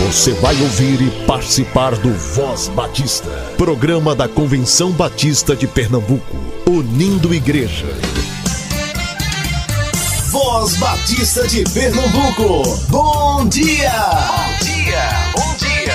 Você vai ouvir e participar do Voz Batista, programa da Convenção Batista de Pernambuco, unindo igreja. Voz Batista de Pernambuco, bom dia! Bom dia, bom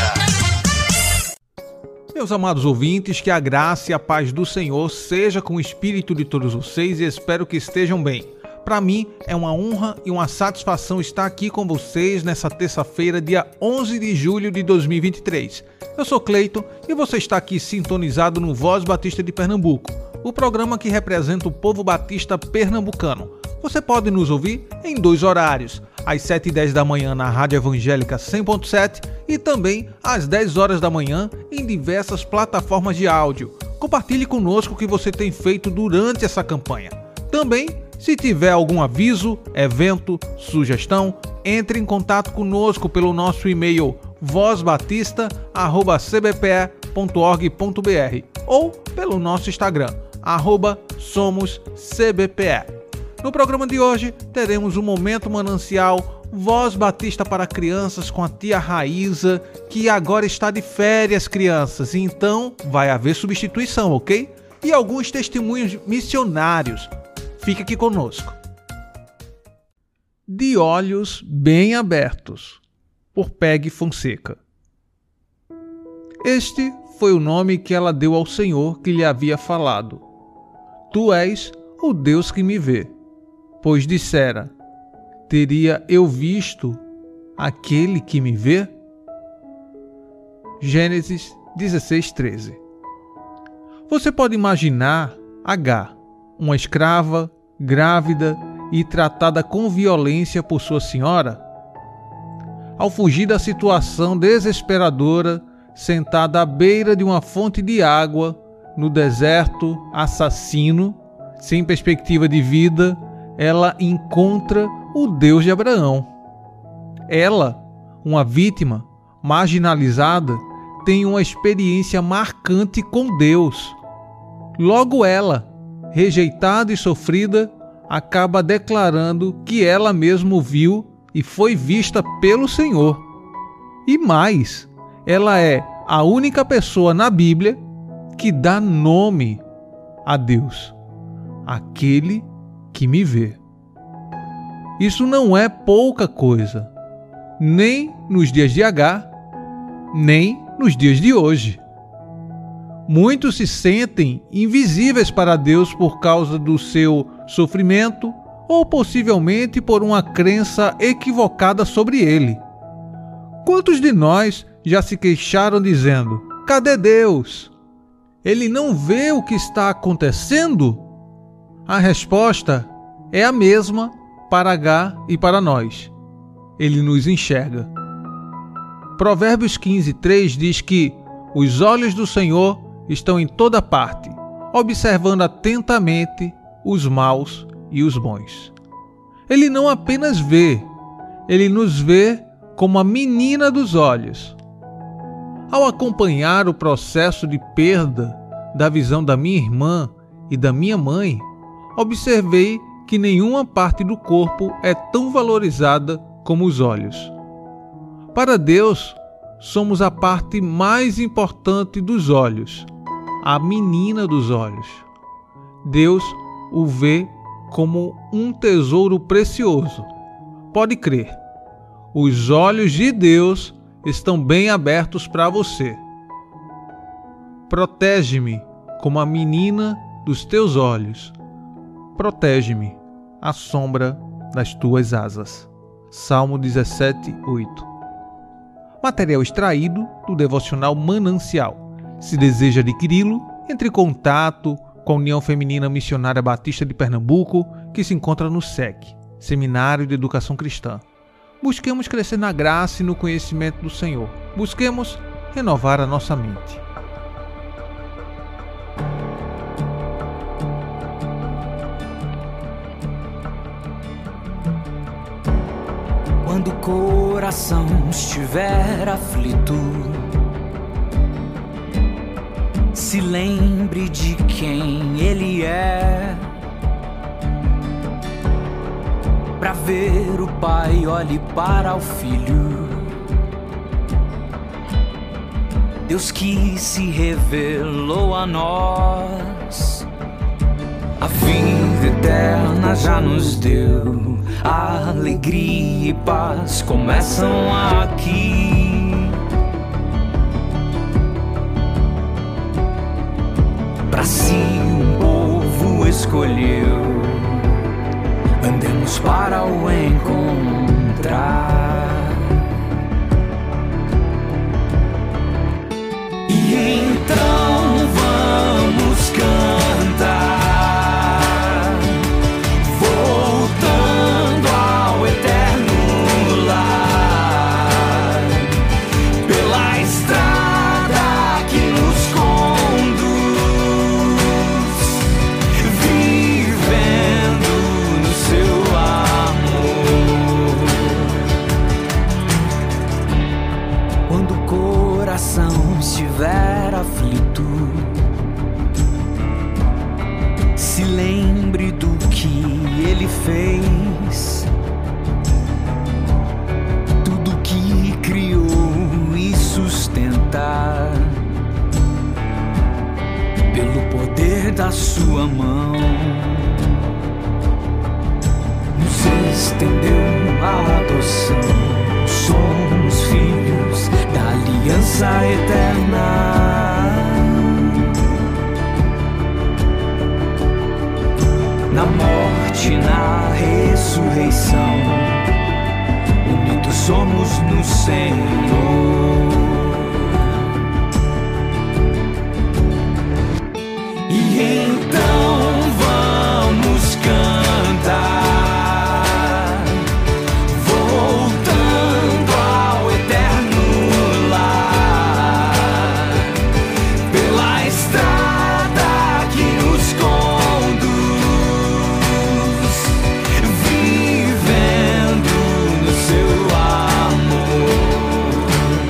dia! Meus amados ouvintes, que a graça e a paz do Senhor seja com o espírito de todos vocês e espero que estejam bem. Para mim é uma honra e uma satisfação estar aqui com vocês nessa terça-feira, dia 11 de julho de 2023. Eu sou Cleiton e você está aqui sintonizado no Voz Batista de Pernambuco, o programa que representa o povo batista pernambucano. Você pode nos ouvir em dois horários, às 7h10 da manhã na Rádio Evangélica 100.7 e também às 10 horas da manhã em diversas plataformas de áudio. Compartilhe conosco o que você tem feito durante essa campanha. Também, se tiver algum aviso, evento, sugestão, entre em contato conosco pelo nosso e-mail vozbatista@cbpe.org.br ou pelo nosso Instagram, @somoscbpe. No programa de hoje, teremos um Momento Manancial Voz Batista para Crianças com a tia Raíza, que agora está de férias, crianças, então vai haver substituição, ok? E alguns testemunhos missionários. Fique aqui conosco. De Olhos Bem Abertos, por Peg Fonseca. Este foi o nome que ela deu ao Senhor que lhe havia falado. Tu és o Deus que me vê, pois dissera, teria eu visto aquele que me vê? Gênesis 16:13. Você pode imaginar Agar, uma escrava, grávida e tratada com violência por sua senhora? Ao fugir da situação desesperadora, sentada à beira de uma fonte de água, no deserto assassino, sem perspectiva de vida, ela encontra o Deus de Abraão. Ela, uma vítima marginalizada, tem uma experiência marcante com Deus. Logo ela, rejeitada e sofrida, acaba declarando que ela mesma viu e foi vista pelo Senhor. E mais, ela é a única pessoa na Bíblia que dá nome a Deus, aquele que me vê. Isso não é pouca coisa, nem nos dias de Agar, nem nos dias de hoje. Muitos se sentem invisíveis para Deus por causa do seu sofrimento ou possivelmente por uma crença equivocada sobre ele. Quantos de nós já se queixaram dizendo: cadê Deus? Ele não vê o que está acontecendo? A resposta é a mesma para Agar e para nós. Ele nos enxerga. Provérbios 15:3 diz que os olhos do Senhor estão em toda parte, observando atentamente os maus e os bons. Ele não apenas vê, ele nos vê como a menina dos olhos. Ao acompanhar o processo de perda da visão da minha irmã e da minha mãe, observei que nenhuma parte do corpo é tão valorizada como os olhos. Para Deus, somos a parte mais importante dos olhos, a menina dos olhos. Deus o vê como um tesouro precioso. Pode crer, os olhos de Deus estão bem abertos para você. Protege-me como a menina dos teus olhos. Protege-me à sombra das tuas asas. Salmo 17:8. Material extraído do devocional Manancial. Se deseja adquiri-lo, entre em contato com a União Feminina Missionária Batista de Pernambuco, que se encontra no SEC, Seminário de Educação Cristã. Busquemos crescer na graça e no conhecimento do Senhor. Busquemos renovar a nossa mente. Quando o coração estiver aflito, se lembre de quem Ele é. Para ver o Pai, olhe para o Filho. Deus que se revelou a nós, a vida eterna já nos deu. A alegria e paz começam aqui. Pra si um povo escolheu, andemos para o encontrar. E então vamos cantar, voltando ao eterno lar, pela estrada que nos conduz, vivendo no seu amor. Quando o coração estiver aflito, se lembre do que ele fez, tudo que criou e sustenta, pelo poder da sua mão, nos estendeu a adoção. Somos filhos da aliança eterna. Na morte, na ressurreição, unidos somos no Senhor. E então vamos cantar, voltando ao eterno lar, pela estrada que nos conduz, vivendo no seu amor.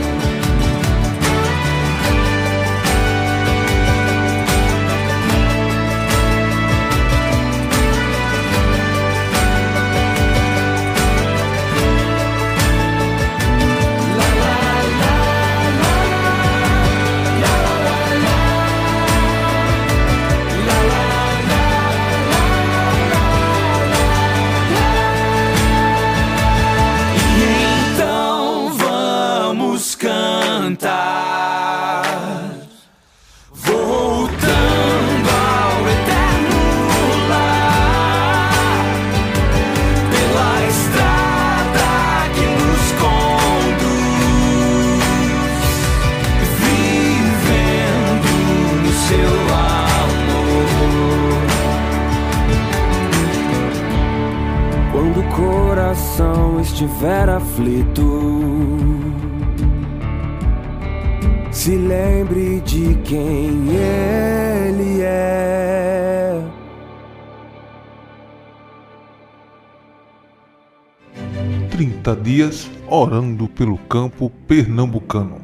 coração estiver aflito, se lembre de quem Ele é. Trinta dias orando pelo campo pernambucano.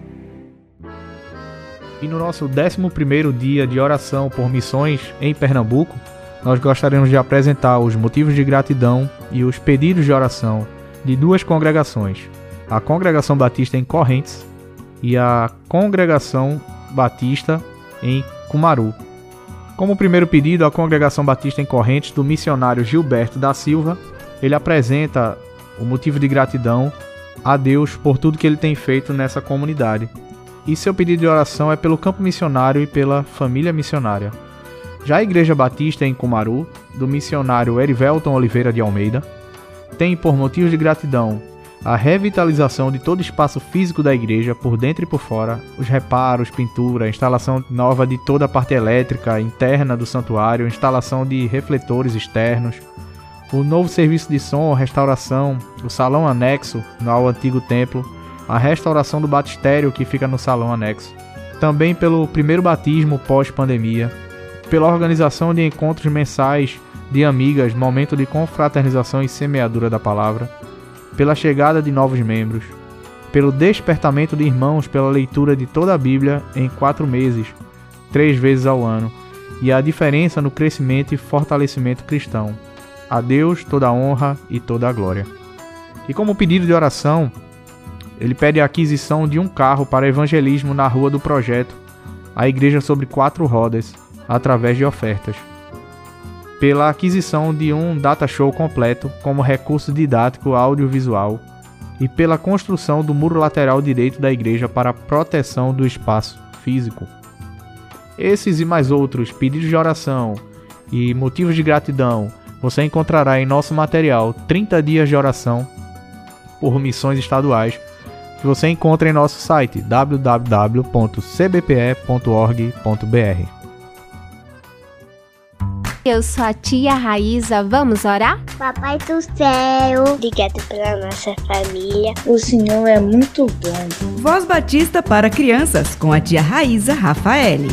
E no nosso 11º dia de oração por missões em Pernambuco, nós gostaríamos de apresentar os motivos de gratidão e os pedidos de oração de duas congregações, a Congregação Batista em Correntes e a Congregação Batista em Cumaru. Como primeiro pedido, a Congregação Batista em Correntes, do missionário Gilberto da Silva, ele apresenta o motivo de gratidão a Deus por tudo que ele tem feito nessa comunidade. E seu pedido de oração é pelo campo missionário e pela família missionária. Já a Igreja Batista em Cumaru, do missionário Erivelton Oliveira de Almeida, tem por motivo de gratidão a revitalização de todo o espaço físico da igreja, por dentro e por fora, os reparos, pintura, a instalação nova de toda a parte elétrica interna do santuário, instalação de refletores externos, o novo serviço de som, restauração, o salão anexo ao antigo templo, a restauração do batistério que fica no salão anexo. Também pelo primeiro batismo pós-pandemia, pela organização de encontros mensais de amigas, momento de confraternização e semeadura da palavra, pela chegada de novos membros, pelo despertamento de irmãos pela leitura de toda a Bíblia em 4 meses, 3 vezes ao ano, e a diferença no crescimento e fortalecimento cristão. A Deus toda a honra e toda a glória. E como pedido de oração, ele pede a aquisição de um carro para evangelismo na Rua do Projeto, a igreja sobre 4 rodas, através de ofertas. Pela aquisição de um data show completo como recurso didático audiovisual e pela construção do muro lateral direito da igreja para a proteção do espaço físico. Esses e mais outros pedidos de oração e motivos de gratidão você encontrará em nosso material 30 dias de oração por missões estaduais, que você encontra em nosso site www.cbpe.org.br. Eu sou a tia Raíza, vamos orar? Papai do céu, obrigado pela nossa família. O Senhor é muito bom. Voz Batista para crianças, com a tia Raíza Rafaele.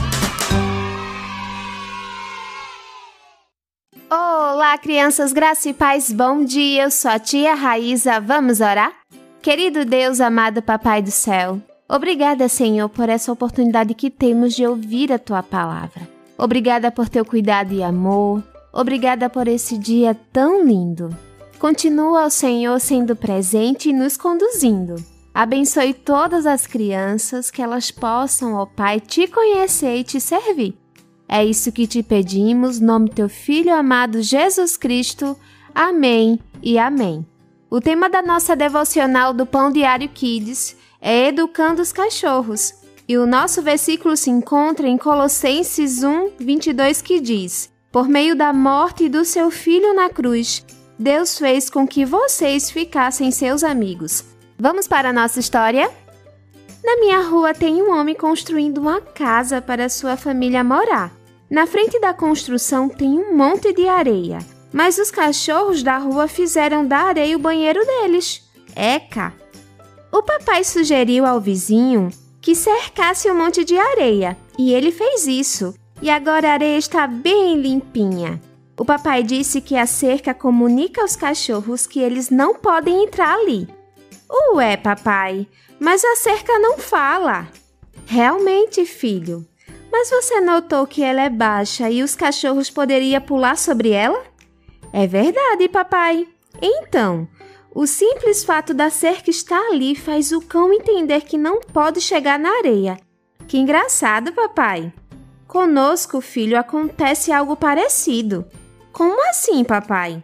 Olá, crianças, graça e paz, bom dia. Eu sou a tia Raíza, vamos orar? Querido Deus, amado Papai do céu, obrigada, Senhor, por essa oportunidade que temos de ouvir a Tua palavra. Obrigada por Teu cuidado e amor. Obrigada por esse dia tão lindo. Continua, Senhor, sendo presente e nos conduzindo. Abençoe todas as crianças, que elas possam, ó Pai, Te conhecer e Te servir. É isso que Te pedimos, no nome do Teu Filho amado Jesus Cristo. Amém e amém. O tema da nossa devocional do Pão Diário Kids é Educando os Cachorros. E o nosso versículo se encontra em Colossenses 1:22, que diz: Por meio da morte do seu Filho na cruz, Deus fez com que vocês ficassem seus amigos. Vamos para a nossa história? Na minha rua tem um homem construindo uma casa para sua família morar. Na frente da construção tem um monte de areia, mas os cachorros da rua fizeram da areia o banheiro deles. Eca! O papai sugeriu ao vizinho que cercasse um monte de areia, e ele fez isso, e agora a areia está bem limpinha. O papai disse que a cerca comunica aos cachorros que eles não podem entrar ali. Ué, papai, mas a cerca não fala. Realmente, filho, mas você notou que ela é baixa e os cachorros poderiam pular sobre ela? É verdade, papai. Então, o simples fato da cerca estar ali faz o cão entender que não pode chegar na areia. Que engraçado, papai. Conosco, filho, acontece algo parecido. Como assim, papai?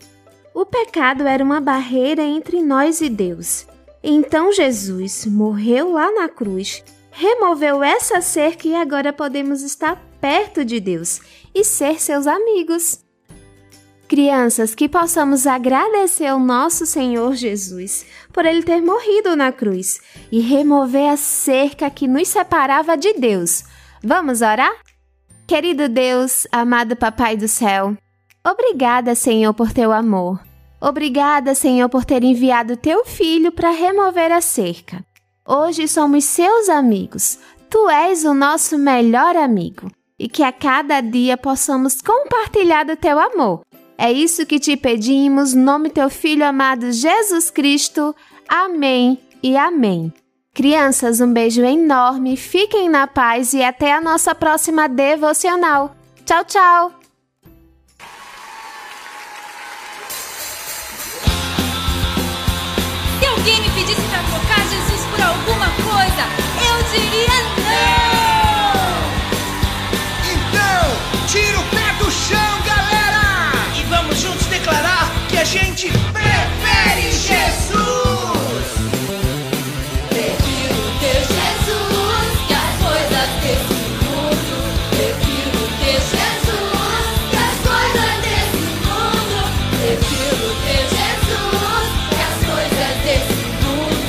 O pecado era uma barreira entre nós e Deus. Então Jesus morreu lá na cruz, removeu essa cerca e agora podemos estar perto de Deus e ser seus amigos. Crianças, que possamos agradecer ao nosso Senhor Jesus por Ele ter morrido na cruz e remover a cerca que nos separava de Deus. Vamos orar? Querido Deus, amado Papai do céu, obrigada, Senhor, por Teu amor. Obrigada, Senhor, por ter enviado Teu Filho para remover a cerca. Hoje somos Seus amigos. Tu és o nosso melhor amigo e que a cada dia possamos compartilhar do Teu amor. É isso que Te pedimos, no nome do Teu Filho amado Jesus Cristo. Amém e amém. Crianças, um beijo enorme, fiquem na paz e até a nossa próxima devocional. Tchau, tchau! Se alguém me pedisse pra trocar Jesus por alguma coisa, eu diria não! Então, tira o pé do chão, galera! E vamos juntos declarar que a gente prefere Jesus! Prefiro ter Jesus que as coisas desse mundo. Prefiro ter Jesus que as coisas desse mundo. Prefiro ter Jesus que as coisas desse mundo.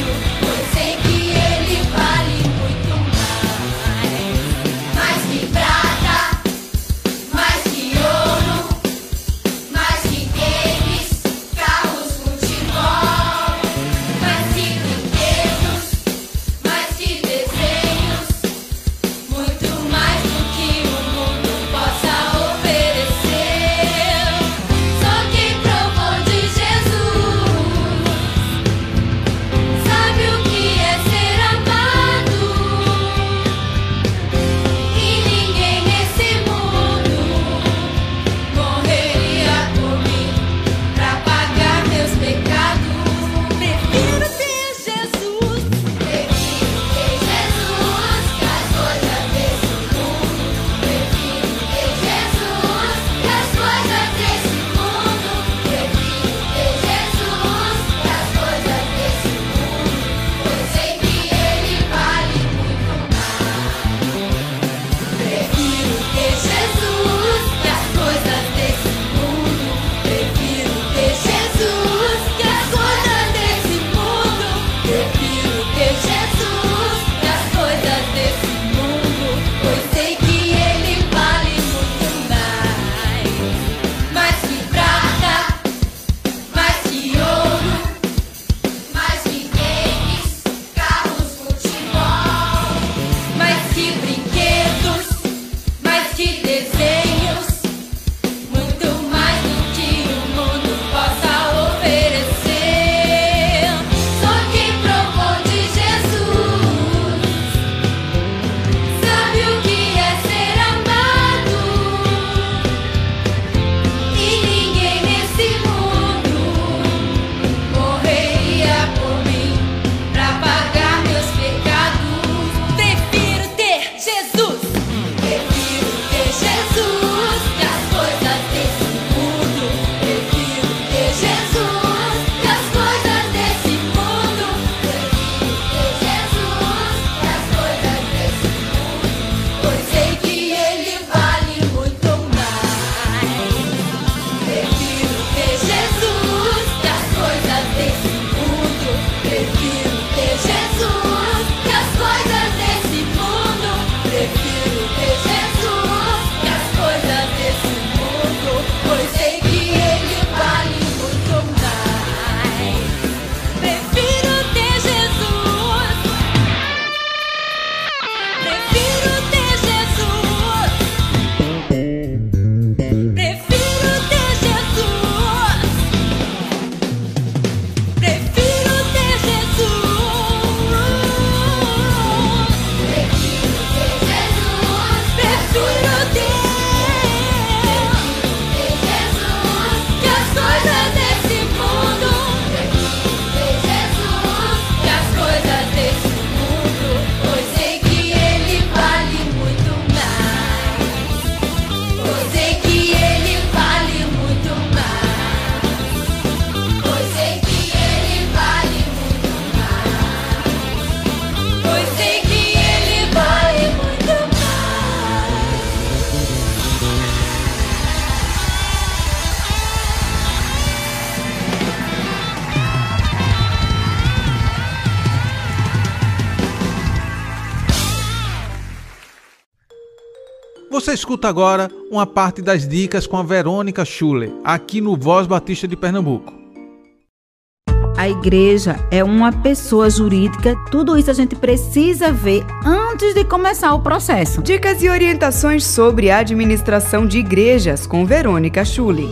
Você escuta agora uma parte das dicas com a Verônica Schuller, aqui no Voz Batista de Pernambuco. A igreja é uma pessoa jurídica, tudo isso a gente precisa ver antes de começar o processo. Dicas e orientações sobre a administração de igrejas com Verônica Schuller.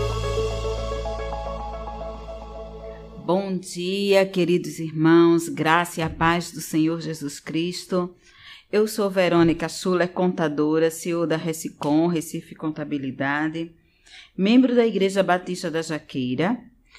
Bom dia, queridos irmãos, graça e a paz do Senhor Jesus Cristo. Eu sou Verônica Schuller, contadora, CEO da Recicom, Recife Contabilidade, membro da Igreja Batista da Jaqueira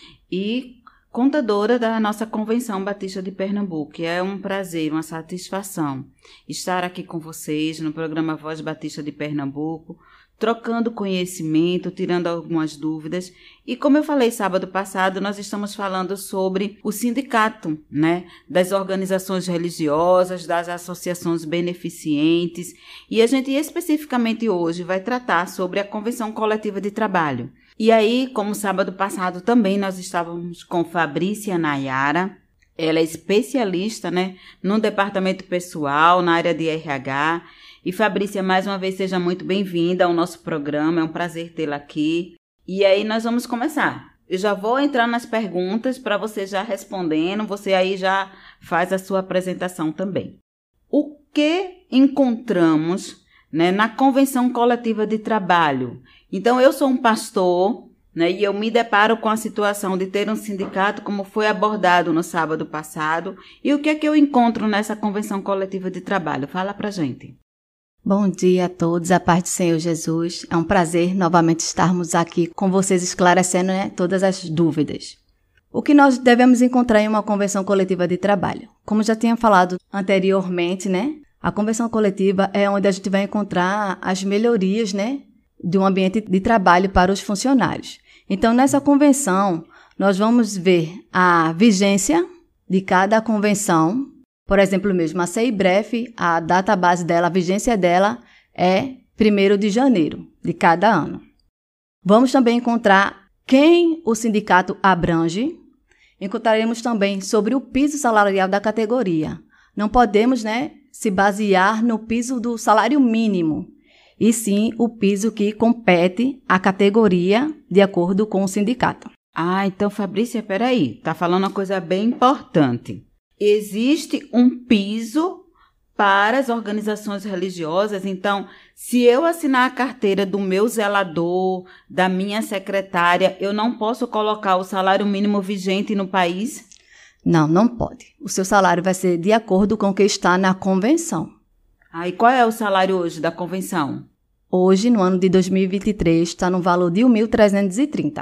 e contadora da nossa Convenção Batista de Pernambuco. É um prazer, uma satisfação estar aqui com vocês no programa Voz Batista de Pernambuco, trocando conhecimento, tirando algumas dúvidas. E como eu falei sábado passado, nós estamos falando sobre o sindicato, das organizações religiosas, das associações beneficentes. E a gente especificamente hoje vai tratar sobre a Convenção Coletiva de Trabalho. E aí, como sábado passado também nós estávamos com Fabrícia Nayara, ela é especialista, no departamento pessoal, na área de RH. E Fabrícia, mais uma vez, seja muito bem-vinda ao nosso programa, é um prazer tê-la aqui. E aí nós vamos começar. Eu já vou entrar nas perguntas para você já respondendo, você aí já faz a sua apresentação também. O que encontramos, na Convenção Coletiva de Trabalho? Então, eu sou um pastor, e eu me deparo com a situação de ter um sindicato, como foi abordado no sábado passado. E o que é que eu encontro nessa Convenção Coletiva de Trabalho? Fala pra gente. Bom dia a todos, a paz do Senhor Jesus. É um prazer novamente estarmos aqui com vocês esclarecendo todas as dúvidas. O que nós devemos encontrar em uma Convenção Coletiva de Trabalho? Como já tinha falado anteriormente, a Convenção Coletiva é onde a gente vai encontrar as melhorias, de um ambiente de trabalho para os funcionários. Então, nessa convenção, nós vamos ver a vigência de cada convenção. Por exemplo, mesmo a CEIBREF, a data base dela, a vigência dela é 1º de janeiro de cada ano. Vamos também encontrar quem o sindicato abrange. Encontraremos também sobre o piso salarial da categoria. Não podemos, se basear no piso do salário mínimo, e sim o piso que compete à categoria de acordo com o sindicato. Então, Fabrícia, peraí, tá falando uma coisa bem importante. Existe um piso para as organizações religiosas, então, se eu assinar a carteira do meu zelador, da minha secretária, eu não posso colocar o salário mínimo vigente no país? Não, não pode. O seu salário vai ser de acordo com o que está na convenção. E qual é o salário hoje da convenção? Hoje, no ano de 2023, está no valor de 1.330.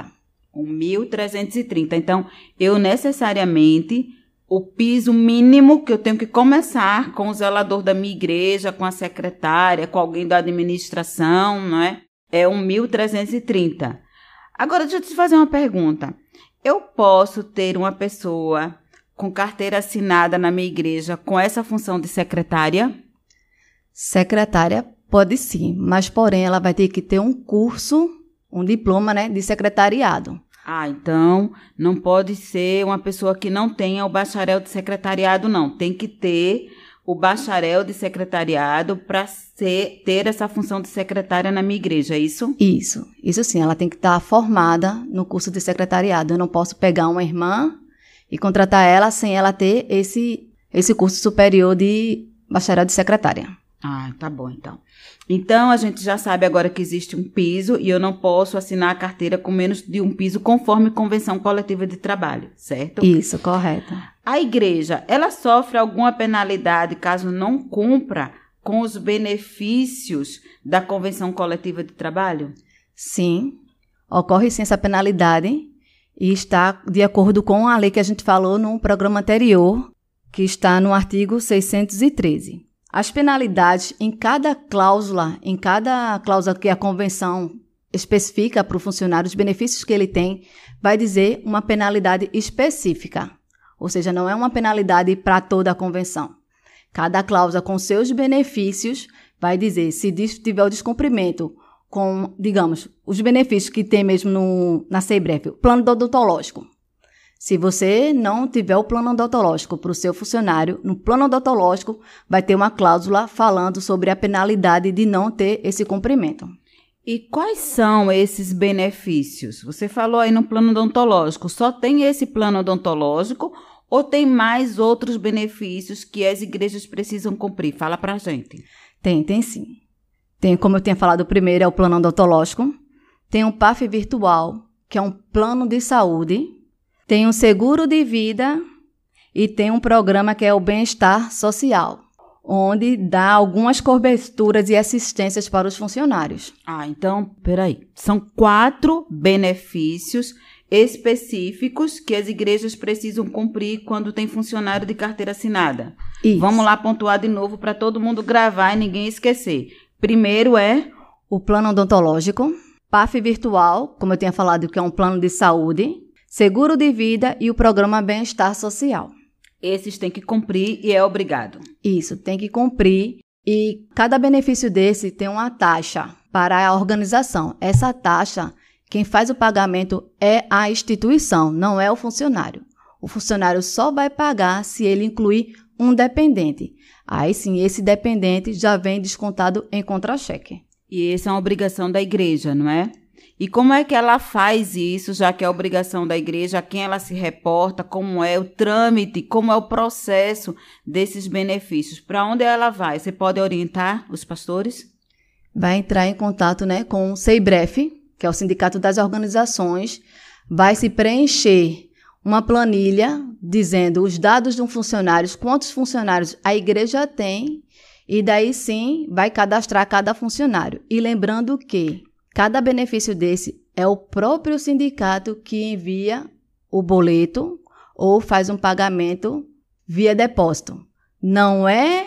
1.330. Então, eu necessariamente, o piso mínimo que eu tenho que começar com o zelador da minha igreja, com a secretária, com alguém da administração, é 1.330. Agora, deixa eu te fazer uma pergunta. Eu posso ter uma pessoa com carteira assinada na minha igreja com essa função de secretária? Secretária pode sim, mas porém ela vai ter que ter um curso, um diploma, de secretariado. Então não pode ser uma pessoa que não tenha o bacharel de secretariado, não. Tem que ter o bacharel de secretariado para ter essa função de secretária na minha igreja, é isso? Isso sim, ela tem que estar formada no curso de secretariado. Eu não posso pegar uma irmã e contratar ela sem ela ter esse curso superior de bacharel de secretária. Tá bom, então. Então, a gente já sabe agora que existe um piso e eu não posso assinar a carteira com menos de um piso conforme Convenção Coletiva de Trabalho, certo? Isso, correto. A igreja, ela sofre alguma penalidade caso não cumpra com os benefícios da Convenção Coletiva de Trabalho? Sim, ocorre sim essa penalidade e está de acordo com a lei que a gente falou no programa anterior, que está no artigo 613. As penalidades em cada cláusula que a convenção especifica para o funcionário, os benefícios que ele tem, vai dizer uma penalidade específica. Ou seja, não é uma penalidade para toda a convenção. Cada cláusula com seus benefícios vai dizer se tiver o descumprimento com, digamos, os benefícios que tem mesmo na CEIBREF, o plano odontológico. Se você não tiver o plano odontológico para o seu funcionário, no plano odontológico vai ter uma cláusula falando sobre a penalidade de não ter esse cumprimento. E quais são esses benefícios? Você falou aí no plano odontológico, só tem esse plano odontológico ou tem mais outros benefícios que as igrejas precisam cumprir? Fala pra gente. Tem sim. Tem, como eu tinha falado, o primeiro é o plano odontológico, tem um PAF virtual, que é um plano de saúde, tem um seguro de vida e tem um programa que é o bem-estar social, onde dá algumas coberturas e assistências para os funcionários. Então, peraí. São 4 benefícios específicos que as igrejas precisam cumprir quando tem funcionário de carteira assinada. Isso. Vamos lá pontuar de novo para todo mundo gravar e ninguém esquecer. Primeiro é o plano odontológico, PAF virtual, como eu tinha falado, que é um plano de saúde, seguro de vida e o programa bem-estar social. Esses tem que cumprir e é obrigado. Isso, tem que cumprir. E cada benefício desse tem uma taxa para a organização. Essa taxa, quem faz o pagamento é a instituição, não é o funcionário. O funcionário só vai pagar se ele incluir um dependente. Aí sim, esse dependente já vem descontado em contra-cheque. E essa é uma obrigação da igreja, não é? E como é que ela faz isso, já que é obrigação da igreja, a quem ela se reporta, como é o trâmite, como é o processo desses benefícios? Para onde ela vai? Você pode orientar os pastores? Vai entrar em contato, com o SEIBREF, que é o Sindicato das Organizações, vai se preencher uma planilha dizendo os dados de um funcionário, quantos funcionários a igreja tem, e daí sim vai cadastrar cada funcionário. E lembrando que cada benefício desse é o próprio sindicato que envia o boleto ou faz um pagamento via depósito. Não é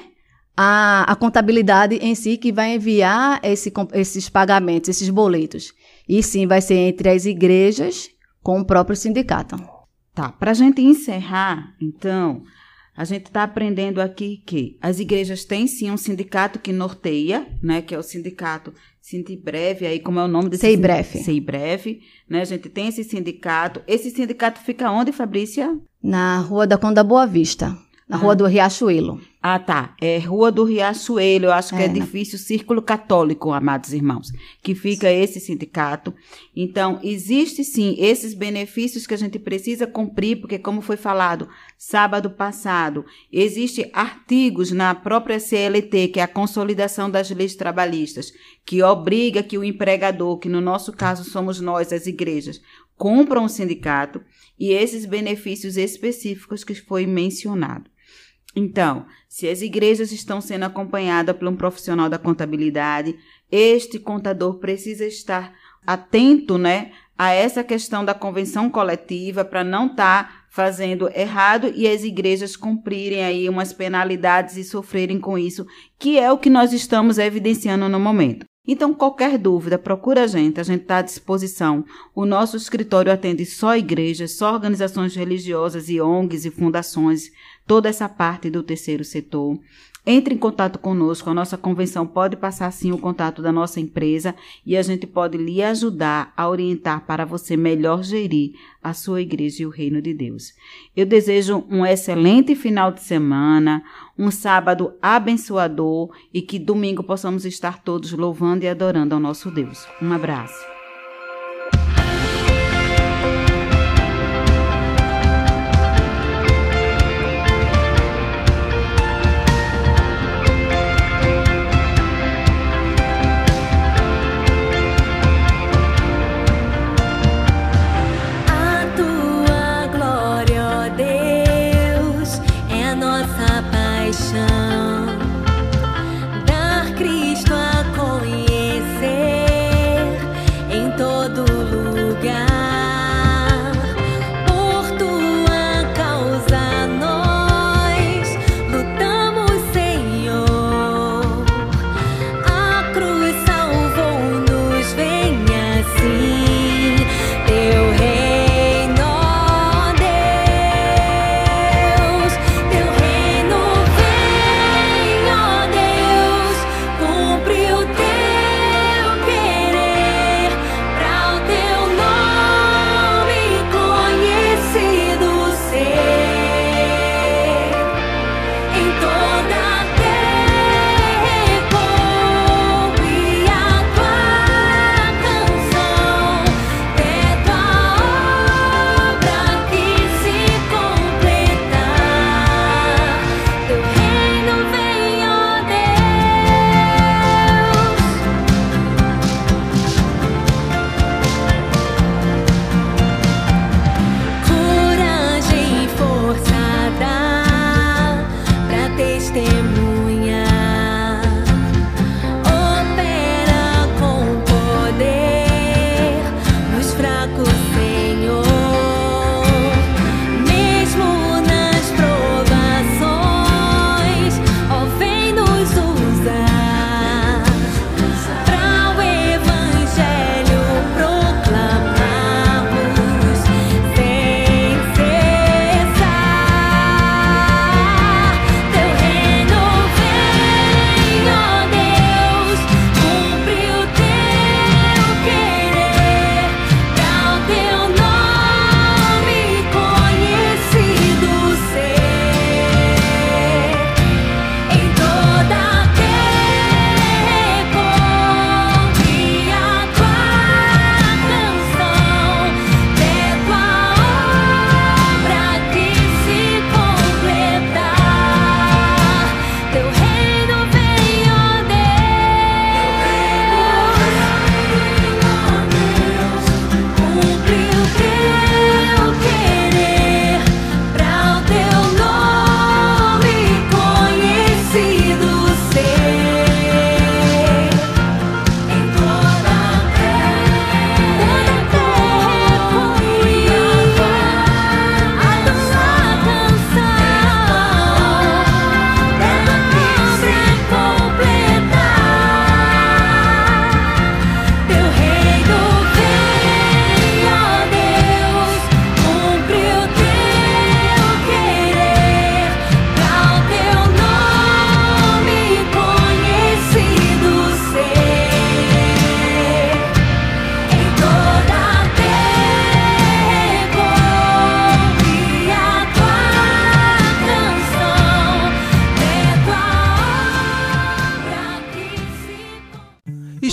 a contabilidade em si que vai enviar esses pagamentos, esses boletos. E sim vai ser entre as igrejas com o próprio sindicato. Tá, para a gente encerrar, então, a gente está aprendendo aqui que as igrejas têm sim um sindicato que norteia, que é o sindicato SINDIBREV, aí como é o nome desse SEIBREF. SEIBREV, A gente tem esse sindicato. Esse sindicato fica onde, Fabrícia? Na Rua da Conda Boa Vista, na Rua do Riachuelo. Ah, tá. É Rua do Riachuelo, eu acho que é edifício Círculo Católico, amados irmãos, que fica esse sindicato. Então, existe sim esses benefícios que a gente precisa cumprir, porque como foi falado sábado passado, existem artigos na própria CLT, que é a Consolidação das Leis Trabalhistas, que obriga que o empregador, que no nosso caso somos nós, as igrejas, cumpram um sindicato e esses benefícios específicos que foi mencionado. Então, se as igrejas estão sendo acompanhadas por um profissional da contabilidade, este contador precisa estar atento, a essa questão da convenção coletiva para não estar fazendo errado e as igrejas cumprirem aí umas penalidades e sofrerem com isso, que é o que nós estamos evidenciando no momento. Então, qualquer dúvida, procura a gente está à disposição. O nosso escritório atende só igrejas, só organizações religiosas e ONGs e fundações, toda essa parte do terceiro setor. Entre em contato conosco, a nossa convenção pode passar sim o contato da nossa empresa e a gente pode lhe ajudar a orientar para você melhor gerir a sua igreja e o reino de Deus. Eu desejo um excelente final de semana, um sábado abençoador e que domingo possamos estar todos louvando e adorando ao nosso Deus. Um abraço. Dar Cristo a conhecer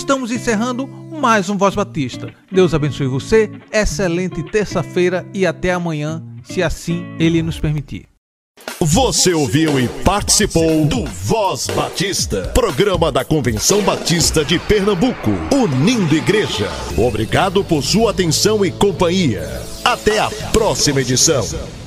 estamos encerrando mais um Voz Batista. Deus abençoe você, excelente terça-feira e até amanhã, se assim Ele nos permitir. Você ouviu e participou do Voz Batista, programa da Convenção Batista de Pernambuco, unindo igreja. Obrigado por sua atenção e companhia. Até a próxima edição.